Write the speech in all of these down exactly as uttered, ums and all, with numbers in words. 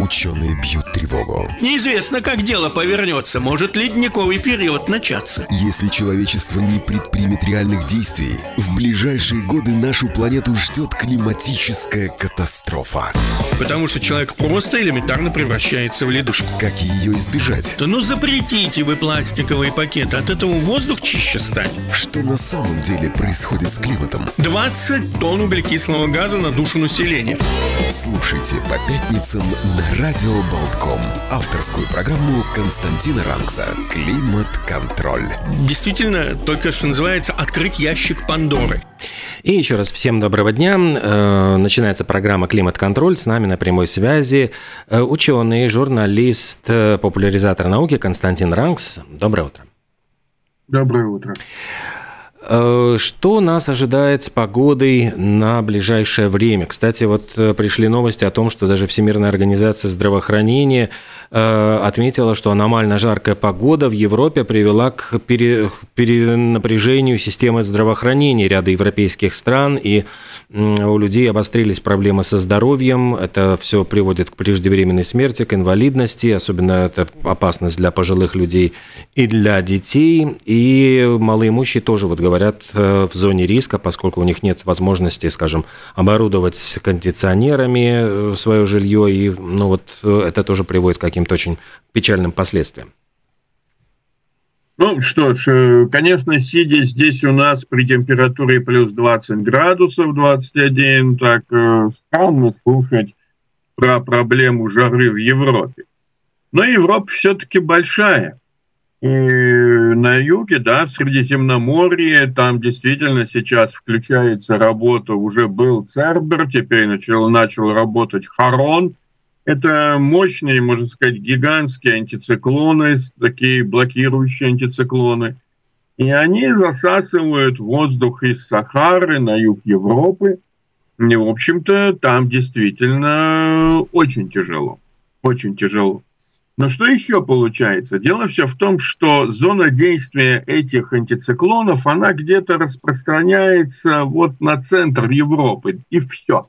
ученые бьют тревогу. Неизвестно, как дело повернется. Может ледниковый период начаться. Если человечество не предпримет реальных действий, в ближайшие годы нашу планету ждет климатическая катастрофа. Потому что человек просто элементарно превращается в ледышку. Как ее избежать? Да ну запретите вы пластиковые пакеты, от этого воздух чище станет. Что на самом деле происходит с климатом? двадцать тонн углекислого газа на душу населения. Слушайте по пятницам на Радио Болтком авторскую программу Константина Рангса «Климат-контроль». Действительно, только что называется «Открыть ящик Пандоры». И еще раз всем доброго дня. Начинается программа «Климат-контроль». С нами на прямой связи ученый, журналист, популяризатор науки Константин Рангс. Доброе утро. Доброе утро. Что нас ожидает с погодой на ближайшее время? Кстати, вот пришли новости о том, что даже Всемирная организация здравоохранения отметила, что аномально жаркая погода в Европе привела к пере... перенапряжению системы здравоохранения ряда европейских стран, и у людей обострились проблемы со здоровьем. Это все приводит к преждевременной смерти, к инвалидности, особенно это опасность для пожилых людей и для детей. И малоимущие тоже вот говорят, говорят, в зоне риска, поскольку у них нет возможности, скажем, оборудовать кондиционерами свое жилье, и ну, вот это тоже приводит к каким-то очень печальным последствиям. Ну что ж, конечно, сидя здесь у нас при температуре плюс двадцать градусов, двадцать один, так странно слушать про проблему жары в Европе. Но Европа все-таки большая. И на юге, да, в Средиземноморье, там действительно сейчас включается работа, уже был Цербер, теперь начал, начал работать Харон. Это мощные, можно сказать, гигантские антициклоны, такие блокирующие антициклоны. И они засасывают воздух из Сахары на юг Европы. И, в общем-то, там действительно очень тяжело, очень тяжело. Но что еще получается? Дело все в том, что зона действия этих антициклонов, она где-то распространяется вот на центр Европы, и все.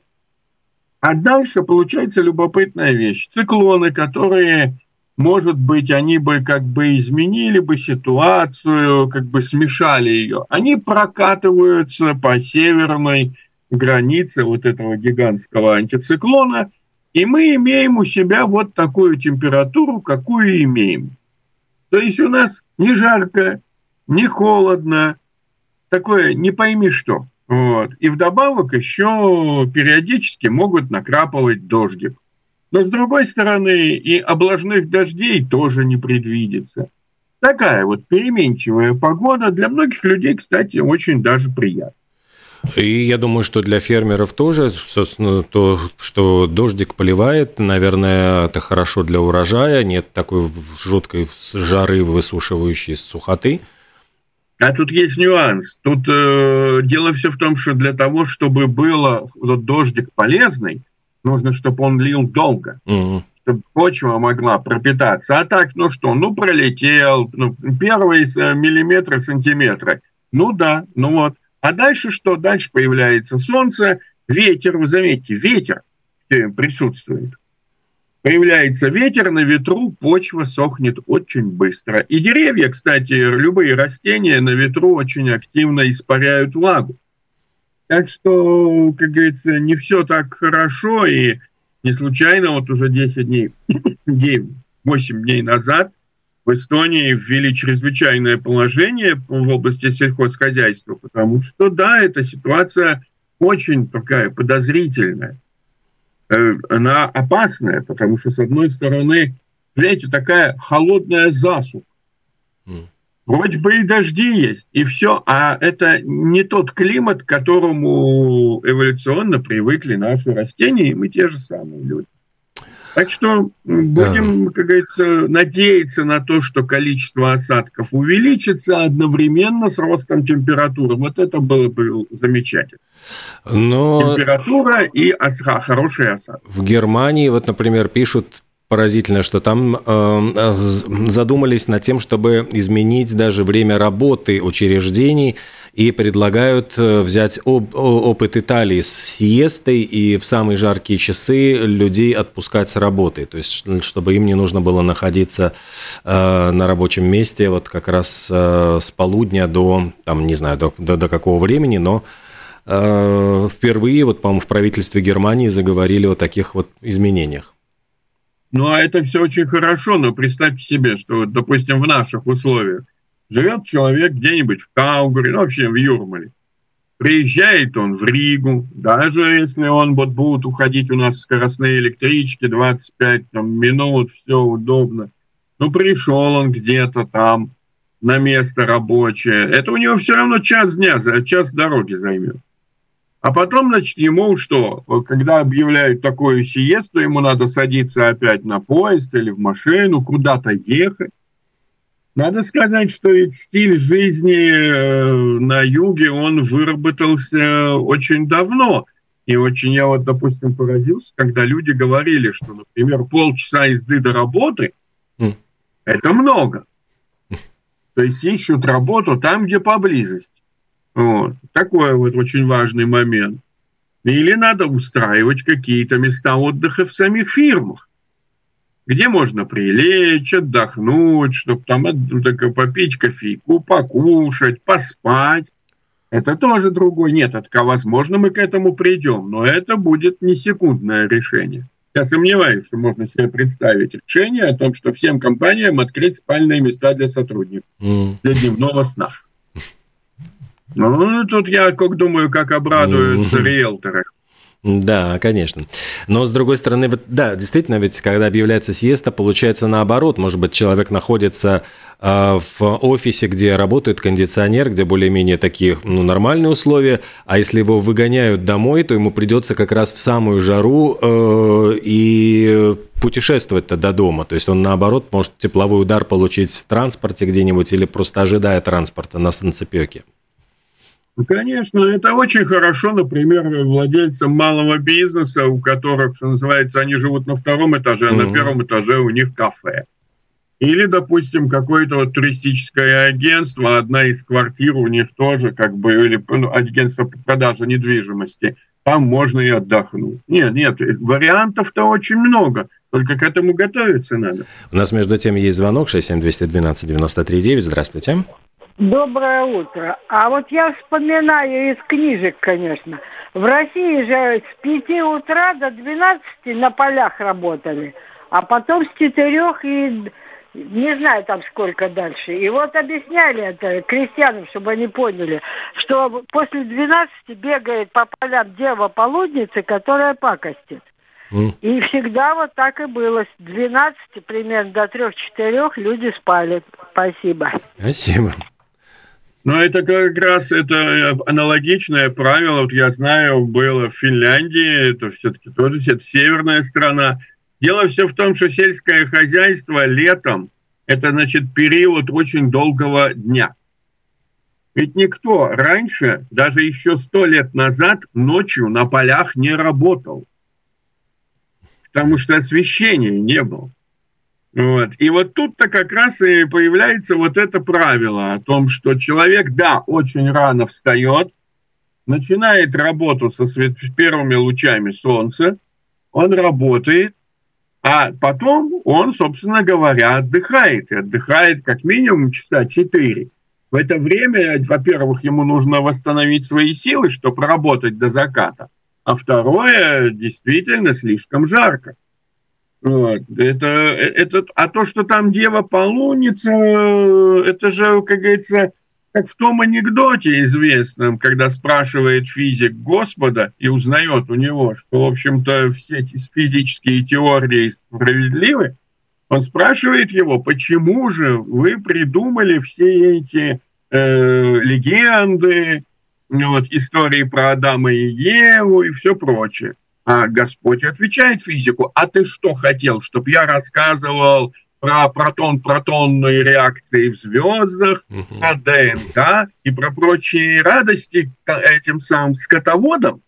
А дальше получается любопытная вещь. Циклоны, которые, может быть, они бы как бы изменили бы ситуацию, как бы смешали ее, они прокатываются по северной границе вот этого гигантского антициклона, и мы имеем у себя вот такую температуру, какую имеем. То есть у нас не жарко, не холодно, такое не пойми что. Вот. И вдобавок еще периодически могут накрапывать дождик. Но с другой стороны, и облажных дождей тоже не предвидится. Такая вот переменчивая погода для многих людей, кстати, очень даже приятна. И я думаю, что для фермеров тоже, собственно, то, что дождик поливает, наверное, это хорошо для урожая, нет такой жуткой жары, высушивающей сухоты. А тут есть нюанс. Тут э, дело все в том, что для того, чтобы был вот, дождик полезный, нужно, чтобы он лил долго, угу. чтобы почва могла пропитаться. А так, ну что, ну пролетел, ну, первые миллиметры, сантиметры. Ну да, ну вот. А дальше что? Дальше появляется солнце, ветер, вы заметьте, ветер присутствует. Появляется ветер, на ветру почва сохнет очень быстро. И деревья, кстати, любые растения на ветру очень активно испаряют влагу. Так что, как говорится, не все так хорошо, и не случайно вот уже десять дней, восемь дней назад в Эстонии ввели чрезвычайное положение в области сельхозхозяйства, потому что, да, эта ситуация очень такая подозрительная. Она опасная, потому что, с одной стороны, знаете, такая холодная засуха. Mm. Вроде бы и дожди есть, и все, а это не тот климат, к которому эволюционно привыкли наши растения, и мы те же самые люди. Так что будем, как говорится, надеяться на то, что количество осадков увеличится одновременно с ростом температуры. Вот это было бы замечательно. Но температура и оса- хороший осадок. В Германии, вот, например, пишут поразительно, что там э, задумались над тем, чтобы изменить даже время работы учреждений и предлагают взять об, опыт Италии с сиестой и в самые жаркие часы людей отпускать с работы, то есть чтобы им не нужно было находиться э, на рабочем месте вот как раз э, с полудня до, там, не знаю, до, до, до какого времени, но э, впервые, вот, по-моему, в правительстве Германии заговорили о таких вот изменениях. Ну, а это все очень хорошо, но представьте себе, что, допустим, в наших условиях живет человек где-нибудь в Каугаре, ну, вообще в Юрмале. Приезжает он в Ригу, даже если он вот будет уходить у нас скоростные электрички, двадцать пять там, минут, все удобно. Ну, пришел он где-то там на место рабочее. Это у него все равно час дня, час дороги займет. А потом, значит, ему что? Когда объявляют такую сиесту, ему надо садиться опять на поезд или в машину, куда-то ехать. Надо сказать, что ведь стиль жизни на юге, он выработался очень давно. И очень я вот, допустим, поразился, когда люди говорили, что, например, полчаса езды до работы mm. – это много. То есть ищут работу там, где поблизости. Вот. Такой вот очень важный момент. Или надо устраивать какие-то места отдыха в самих фирмах, где можно прилечь, отдохнуть, чтобы там так, попить кофейку, покушать, поспать. Это тоже другой. Нет, это, возможно, мы к этому придем, но это будет не секундное решение. Я сомневаюсь, что можно себе представить решение о том, что всем компаниям открыть спальные места для сотрудников, mm. для дневного сна. Ну, тут я как думаю, как обрадуются mm-hmm. риэлторы. Да, конечно. Но, с другой стороны, вот, да, действительно, ведь когда объявляется сиеста, получается наоборот. Может быть, человек находится э, в офисе, где работает кондиционер, где более-менее такие ну, нормальные условия, а если его выгоняют домой, то ему придется как раз в самую жару э, и путешествовать-то до дома. То есть он, наоборот, может тепловой удар получить в транспорте где-нибудь или просто ожидая транспорта на санцепёке. Конечно, это очень хорошо, например, владельцам малого бизнеса, у которых, что называется, они живут на втором этаже, а mm-hmm. на первом этаже у них кафе. Или, допустим, какое-то вот туристическое агентство, одна из квартир у них тоже, как бы, или ну, агентство по продаже недвижимости, там можно и отдохнуть. Нет, нет, вариантов-то очень много, только к этому готовиться надо. У нас, между тем, есть звонок шесть семь два один два девять три девять. Здравствуйте. Доброе утро. А вот я вспоминаю из книжек, конечно. В России же с пяти утра до двенадцати на полях работали, а потом с четырех и не знаю там сколько дальше. И вот объясняли это крестьянам, чтобы они поняли, что после двенадцати бегает по полям дева-полудница, которая пакостит. Mm. И всегда вот так и было. С двенадцати примерно до трех-четырех люди спали. Спасибо. Спасибо. Но это как раз это аналогичное правило. Вот я знаю, было в Финляндии, это все-таки тоже это северная страна. Дело все в том, что сельское хозяйство летом – это, значит, период очень долгого дня. Ведь никто раньше, даже еще сто лет назад, ночью на полях не работал. Потому что освещения не было. Вот. И вот тут-то как раз и появляется вот это правило о том, что человек, да, очень рано встает, начинает работу со свет... первыми лучами солнца, он работает, а потом он, собственно говоря, отдыхает. И отдыхает как минимум часа четыре. В это время, во-первых, ему нужно восстановить свои силы, чтобы работать до заката. А второе, действительно, слишком жарко. Вот. Это, это, а то, что там дева-полуница, это же, как говорится, как в том анекдоте известном, когда спрашивает физик Господа и узнает у него, что, в общем-то, все эти физические теории справедливы, он спрашивает его, почему же вы придумали все эти э, легенды, вот, истории про Адама и Еву и все прочее. А Господь отвечает физику, а ты что хотел, чтобы я рассказывал про протон-протонные реакции в звездах, uh-huh. про ДНК и про прочие радости этим самым скотоводам?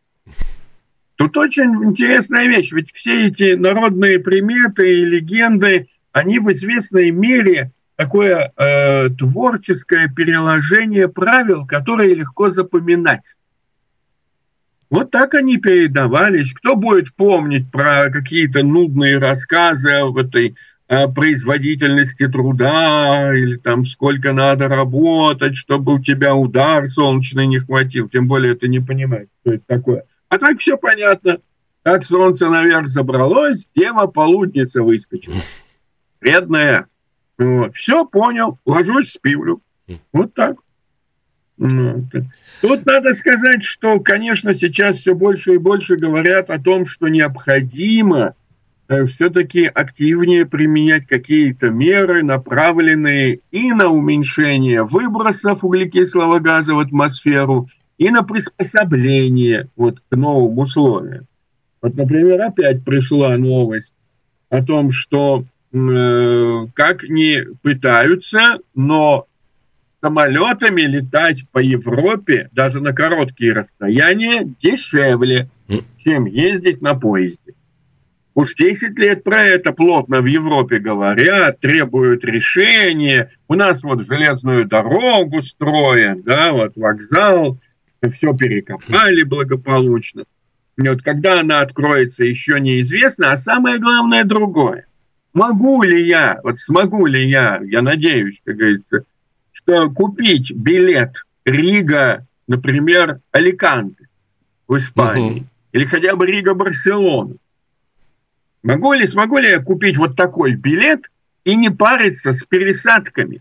Тут очень интересная вещь, ведь все эти народные приметы и легенды, они в известной мере такое э, творческое переложение правил, которые легко запоминать. Вот так они передавались. Кто будет помнить про какие-то нудные рассказы об этой э, производительности труда, или там сколько надо работать, чтобы у тебя удар солнечный не хватил, тем более ты не понимаешь, что это такое. А так все понятно. Как солнце наверх забралось, дева полудница выскочила. Вредная. Вот. Все, понял, ложусь, сплю. Вот так. Вот. Тут надо сказать, что, конечно, сейчас все больше и больше говорят о том, что необходимо э, все-таки активнее применять какие-то меры, направленные и на уменьшение выбросов углекислого газа в атмосферу, и на приспособление вот, к новым условиям. Вот, например, опять пришла новость о том, что э, как ни пытаются, но самолетами летать по Европе даже на короткие расстояния дешевле, чем ездить на поезде. Уж десять лет про это плотно в Европе говорят, требуют решения. У нас вот железную дорогу строят, да, вот вокзал, все перекопали благополучно. И вот когда она откроется, еще неизвестно, а самое главное другое. Могу ли я, вот смогу ли я, я надеюсь, как говорится, что купить билет Рига, например, Аликанте в Испании, uh-huh. или хотя бы Рига-Барселона. Могу ли, смогу ли я купить вот такой билет и не париться с пересадками?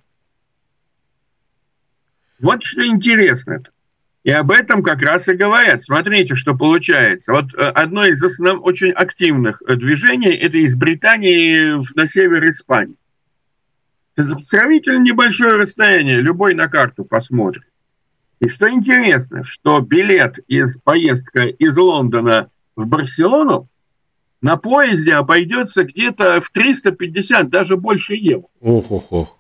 Вот что интересно-то. И об этом как раз и говорят. Смотрите, что получается. Вот одно из основ... очень активных движений – это из Британии на север Испании. Это сравнительно небольшое расстояние, любой на карту посмотрит. И что интересно, что билет из поездка из Лондона в Барселону на поезде обойдется где-то в триста пятьдесят, даже больше евро. Ох-ох-ох.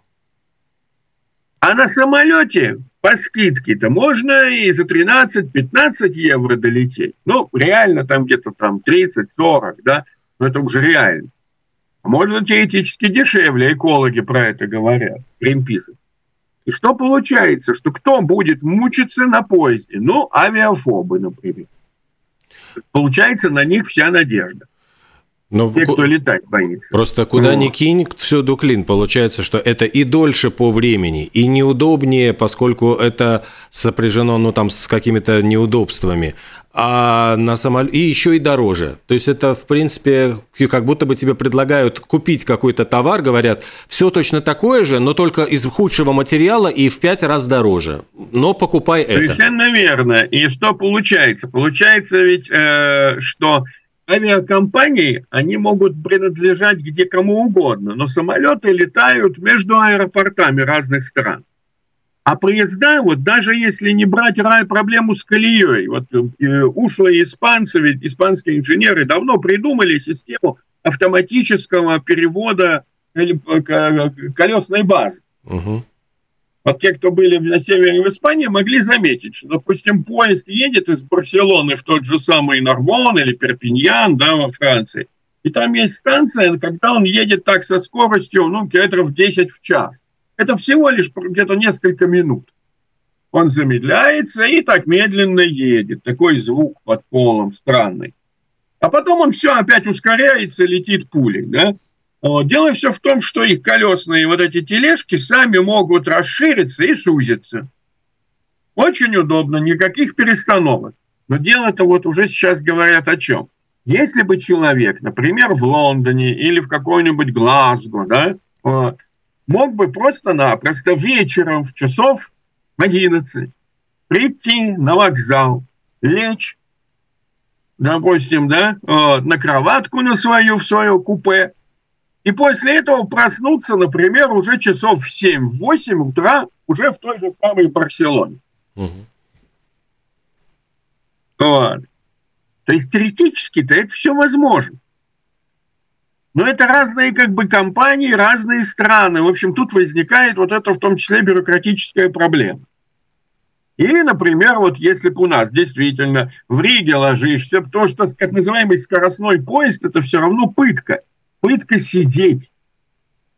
А на самолете по скидке-то можно и за тринадцать-пятнадцать евро долететь. Ну, реально там где-то там тридцать-сорок, да, но это уже реально. Можно теоретически дешевле, экологи про это говорят, Greenpeace. И что получается? Что кто будет мучиться на поезде? Ну, авиафобы, например. Получается, на них вся надежда. Но те, кто летать боится. Просто куда ну. ни кинь, всюду клин. Получается, что это и дольше по времени, и неудобнее, поскольку это сопряжено, ну, там, с какими-то неудобствами. А на самол... И еще и дороже. То есть это, в принципе, как будто бы тебе предлагают купить какой-то товар, говорят, все точно такое же, но только из худшего материала и в пять раз дороже. Но покупай это. Совершенно верно. И что получается? Получается ведь, э, что авиакомпании, они могут принадлежать где кому угодно, но самолеты летают между аэропортами разных стран. А поезда, вот даже если не брать проблему с колеей, вот э, ушлые испанцы, ведь испанские инженеры давно придумали систему автоматического перевода колесной базы. Угу. Вот те, кто были на севере в Испании, могли заметить, что, допустим, поезд едет из Барселоны в тот же самый Нарбон или Перпиньян, да, во Франции, и там есть станция, когда он едет так со скоростью, ну, километров десять в час. Это всего лишь где-то несколько минут. Он замедляется и так медленно едет. Такой звук под полом странный. А потом он все опять ускоряется, летит пулей. Да? Дело все в том, что их колесные вот эти тележки сами могут расшириться и сузиться. Очень удобно, никаких перестановок. Но дело-то вот уже сейчас говорят о чем. Если бы человек, например, в Лондоне или в какой-нибудь Глазго, да, вот, мог бы просто-напросто вечером в часов одиннадцать прийти на вокзал, лечь, допустим, да, на кроватку на свою, в свое купе, и после этого проснуться, например, уже часов в семь-восемь утра уже в той же самой Барселоне. Угу. Вот. То есть теоретически-то это все возможно. Но это разные как бы компании, разные страны. В общем, тут возникает вот это в том числе бюрократическая проблема. Или, например, вот если бы у нас действительно в Риге ложишься, потому что так называемый скоростной поезд – это все равно пытка. Пытка сидеть.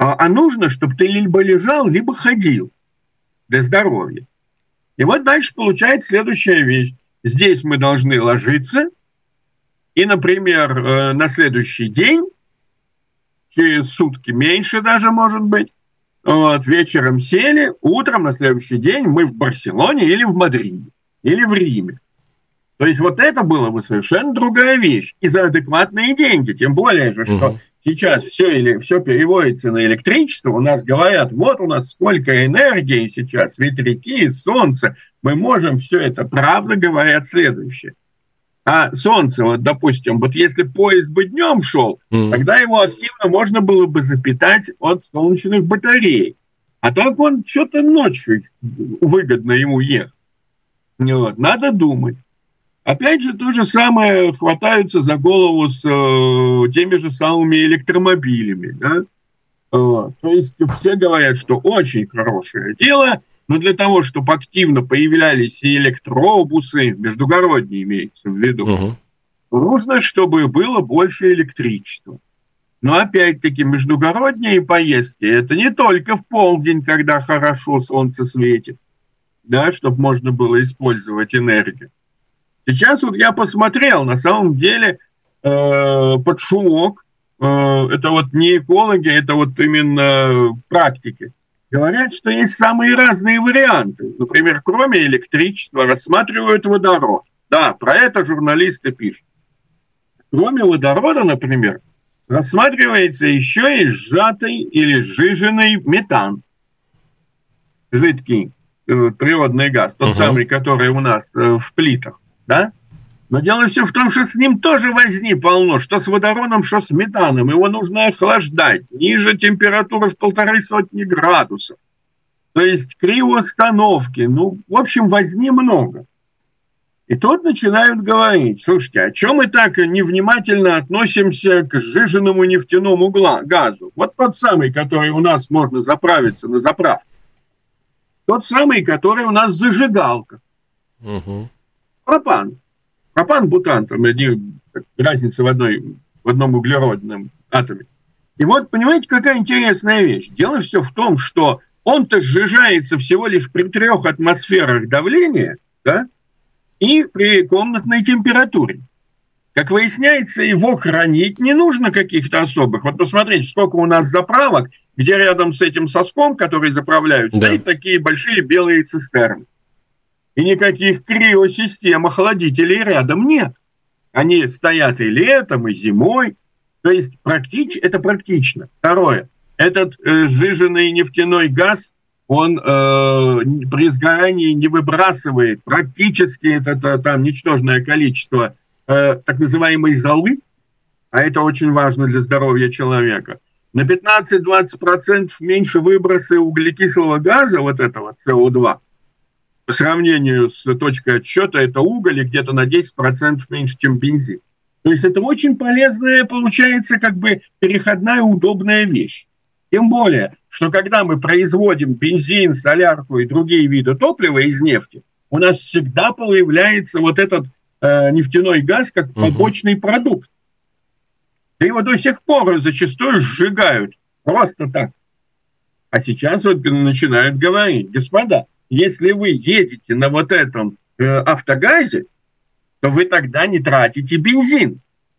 а, а нужно, чтобы ты либо лежал, либо ходил для здоровья. И вот дальше получается следующая вещь. Здесь мы должны ложиться, и, например, на следующий день, через сутки меньше даже, может быть, вот, вечером сели, утром на следующий день мы в Барселоне или в Мадриде, или в Риме. То есть вот это было бы совершенно другая вещь. И за адекватные деньги. Тем более же, что угу. сейчас все, или, все переводится на электричество. У нас говорят, вот у нас сколько энергии сейчас, ветряки, солнце. Мы можем все это. Правда говорят следующее. А солнце, вот, допустим, вот если поезд бы днем шел, угу. тогда его активно можно было бы запитать от солнечных батарей. А так он что-то ночью выгодно ему ехать. Вот. Надо думать. Опять же, то же самое хватаются за голову с э, теми же самыми электромобилями. Да? Вот. То есть все говорят, что очень хорошее дело, но для того, чтобы активно появлялись и электробусы, междугородние имеется в виду, угу. нужно, чтобы было больше электричества. Но опять-таки междугородние поездки – это не только в полдень, когда хорошо солнце светит, да, чтобы можно было использовать энергию. Сейчас вот я посмотрел, на самом деле, э, под шумок, э, это вот не экологи, это вот именно практики, говорят, что есть самые разные варианты. Например, кроме электричества рассматривают водород. Да, про это журналисты пишут. Кроме водорода, например, рассматривается еще и сжатый или сжиженный метан. Жидкий э, природный газ, тот uh-huh. самый, который у нас э, в плитах. Да? Но дело все в том, что с ним тоже возни полно, что с водородом, что с метаном. Его нужно охлаждать ниже температуры в полторы сотни градусов. То есть криоустановки. Ну, в общем, возни много. И тут начинают говорить, слушайте, а чем мы так невнимательно относимся к сжиженному нефтяному газу? Вот тот самый, который у нас можно заправиться на заправке. Тот самый, который у нас в зажигалках. Угу. Пропан. Пропан-бутан, там разница в, одной, в одном углеродном атоме. И вот, понимаете, какая интересная вещь. Дело все в том, что он-то сжижается всего лишь при трех атмосферах давления, да, и при комнатной температуре. Как выясняется, его хранить не нужно каких-то особых. Вот посмотрите, сколько у нас заправок, где рядом с этим соском, который заправляют, да. стоят такие большие белые цистерны. И никаких криосистем, охладителей рядом нет. Они стоят и летом, и зимой. То есть практич... это практично. Второе. Этот э, сжиженный нефтяной газ, он э, при сгорании не выбрасывает практически это, это, там ничтожное количество э, так называемой золы, а это очень важно для здоровья человека. На пятнадцать-двадцать процентов меньше выбросы углекислого газа, вот этого С О два, по сравнению с точкой отсчета, это уголь, и где-то на десять процентов меньше, чем бензин. То есть это очень полезная, получается, как бы переходная удобная вещь. Тем более, что когда мы производим бензин, солярку и другие виды топлива из нефти, у нас всегда появляется вот этот э, нефтяной газ как побочный угу. продукт. И его до сих пор зачастую сжигают. Просто так. А сейчас вот начинают говорить, господа, если вы едете на вот этом э, автогазе, то вы тогда не тратите бензин.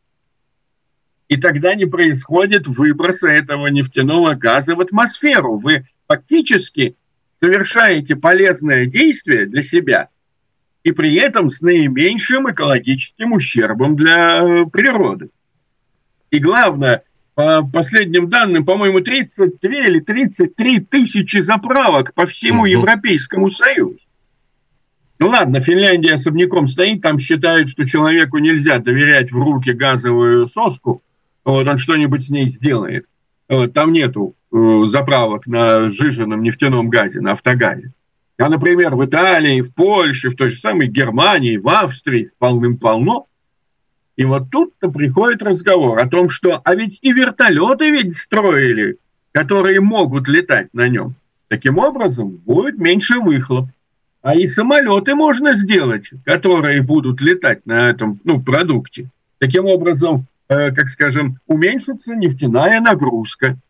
И тогда не происходит выброса этого нефтяного газа в атмосферу. Вы фактически совершаете полезное действие для себя и при этом с наименьшим экологическим ущербом для э, природы. И главное, по последним данным, по-моему, тридцать две или тридцать три тысячи заправок по всему Европейскому Союзу. Ну ладно, Финляндия особняком стоит, там считают, что человеку нельзя доверять в руки газовую соску, вот он что-нибудь с ней сделает. Вот, там нету э, заправок на сжиженном нефтяном газе, на автогазе. А, например, в Италии, в Польше, в той же самой Германии, в Австрии полным-полно. И вот тут-то приходит разговор о том, что а ведь и вертолеты ведь строили, которые могут летать на нем. Таким образом, будет меньше выхлоп. А и самолеты можно сделать, которые будут летать на этом ну, продукте. Таким образом, э, как скажем, уменьшится нефтяная нагрузка.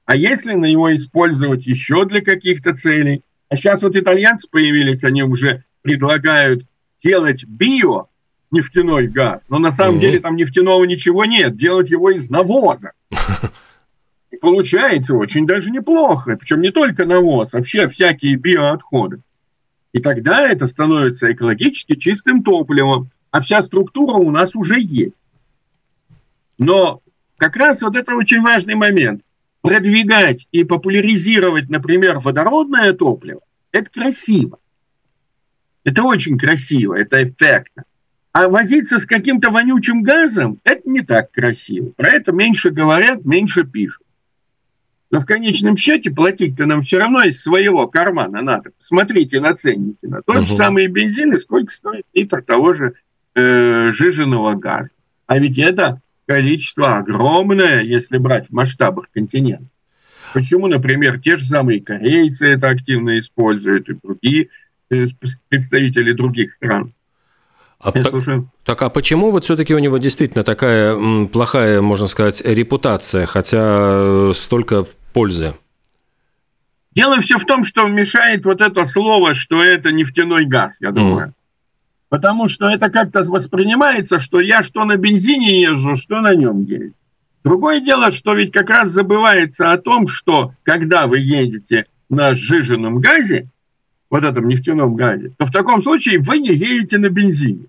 А если на него использовать еще для каких-то целей? А сейчас вот итальянцы появились, они уже предлагают делать био нефтяной газ, но на самом mm-hmm. деле там нефтяного ничего нет, делать его из навоза. И получается очень даже неплохо, причем не только навоз, вообще всякие биоотходы. И тогда это становится экологически чистым топливом, а вся структура у нас уже есть. Но как раз вот это очень важный момент. Продвигать и популяризировать, например, водородное топливо, это красиво. Это очень красиво, это эффектно. А возиться с каким-то вонючим газом, это не так красиво. Про это меньше говорят, меньше пишут. Но в конечном счете платить-то нам все равно из своего кармана надо. Посмотрите на ценники, на тот uh-huh. же самый бензин и сколько стоит литр того же э, жиженного газа. А ведь это количество огромное, если брать в масштабах континента. Почему, например, те же самые корейцы это активно используют, и другие э, представители других стран? А так, так, а почему вот все-таки у него действительно такая м, плохая, можно сказать, репутация, хотя столько пользы? Дело все в том, что мешает вот это слово, что это нефтяной газ, я думаю. Mm. Потому что это как-то воспринимается, что я что на бензине езжу, что на нем езжу. Другое дело, что ведь как раз забывается о том, что когда вы едете на сжиженном газе, вот этом нефтяном газе, то в таком случае вы не едете на бензине.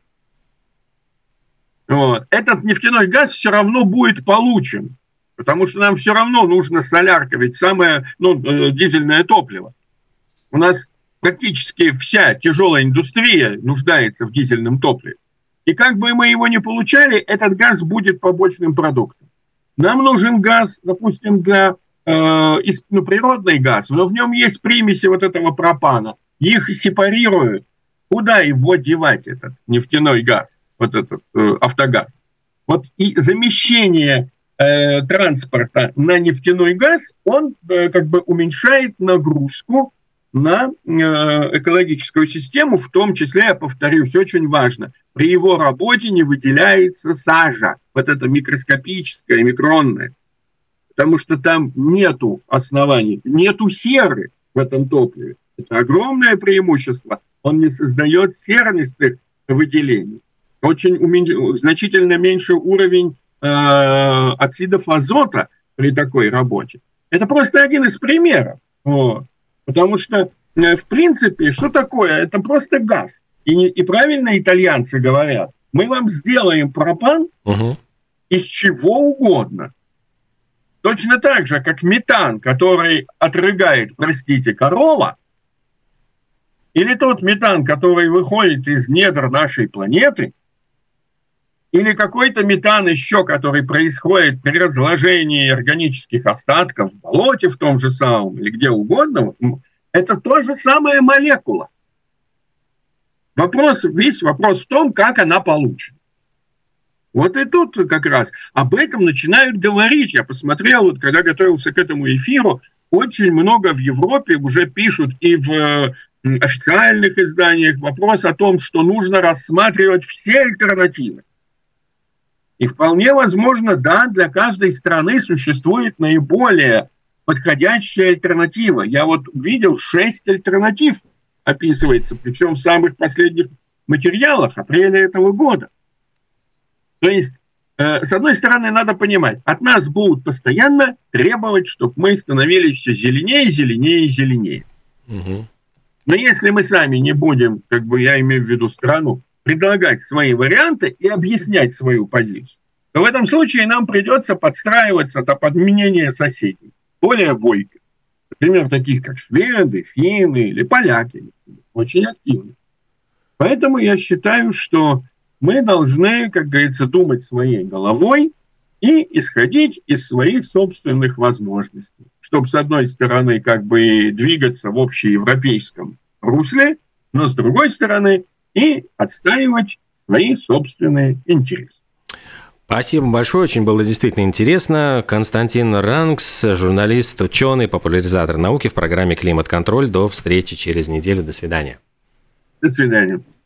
Вот. Этот нефтяной газ все равно будет получен, потому что нам все равно нужно солярка, ведь самое, ну, дизельное топливо. У нас практически вся тяжелая индустрия нуждается в дизельном топливе. И как бы мы его ни получали, этот газ будет побочным продуктом. Нам нужен газ, допустим, для э, ну, природный газ, но в нем есть примеси вот этого пропана. Их сепарируют. Куда его девать, этот нефтяной газ, вот этот э, автогаз? Вот и замещение э, транспорта на нефтяной газ, он э, как бы уменьшает нагрузку на э, экологическую систему, в том числе, я повторюсь, очень важно, при его работе не выделяется сажа, вот это микроскопическое, микронное, потому что там нету оснований, нету серы в этом топливе. Это огромное преимущество. Он не создает сернистых выделений. Очень уменьш... значительно меньше уровень э, оксидов азота при такой работе. Это просто один из примеров. Вот. Потому что, э, в принципе, что такое? Это просто газ. И, не... и правильно итальянцы говорят, мы вам сделаем пропан угу. из чего угодно. Точно так же, как метан, который отрыгает, простите, корова, или тот метан, который выходит из недр нашей планеты, или какой-то метан еще, который происходит при разложении органических остатков в болоте в том же самом, или где угодно, это та же самая молекула. Вопрос, весь вопрос в том, как она получена. Вот и тут как раз об этом начинают говорить. Я посмотрел, вот, когда готовился к этому эфиру, очень много в Европе уже пишут и в официальных изданиях вопрос о том, что нужно рассматривать все альтернативы. И вполне возможно, да, для каждой страны существует наиболее подходящая альтернатива. Я вот видел шесть альтернатив, описывается, причем в самых последних материалах апреля этого года. То есть, э, с одной стороны, надо понимать, от нас будут постоянно требовать, чтобы мы становились все зеленее, зеленее, зеленее. Угу. Но если мы сами не будем, как бы я имею в виду страну, предлагать свои варианты и объяснять свою позицию, то в этом случае нам придется подстраиваться под мнение соседей, более бойких. Например, таких как шведы, финны или поляки, очень активны. Поэтому я считаю, что мы должны, как говорится, думать своей головой и исходить из своих собственных возможностей, чтобы, с одной стороны, как бы двигаться в общеевропейском русле, но, с другой стороны, и отстаивать свои собственные интересы. Спасибо большое, очень было действительно интересно. Константин Рангс, журналист, ученый, популяризатор науки в программе «Климат-контроль». До встречи через неделю. До свидания. До свидания.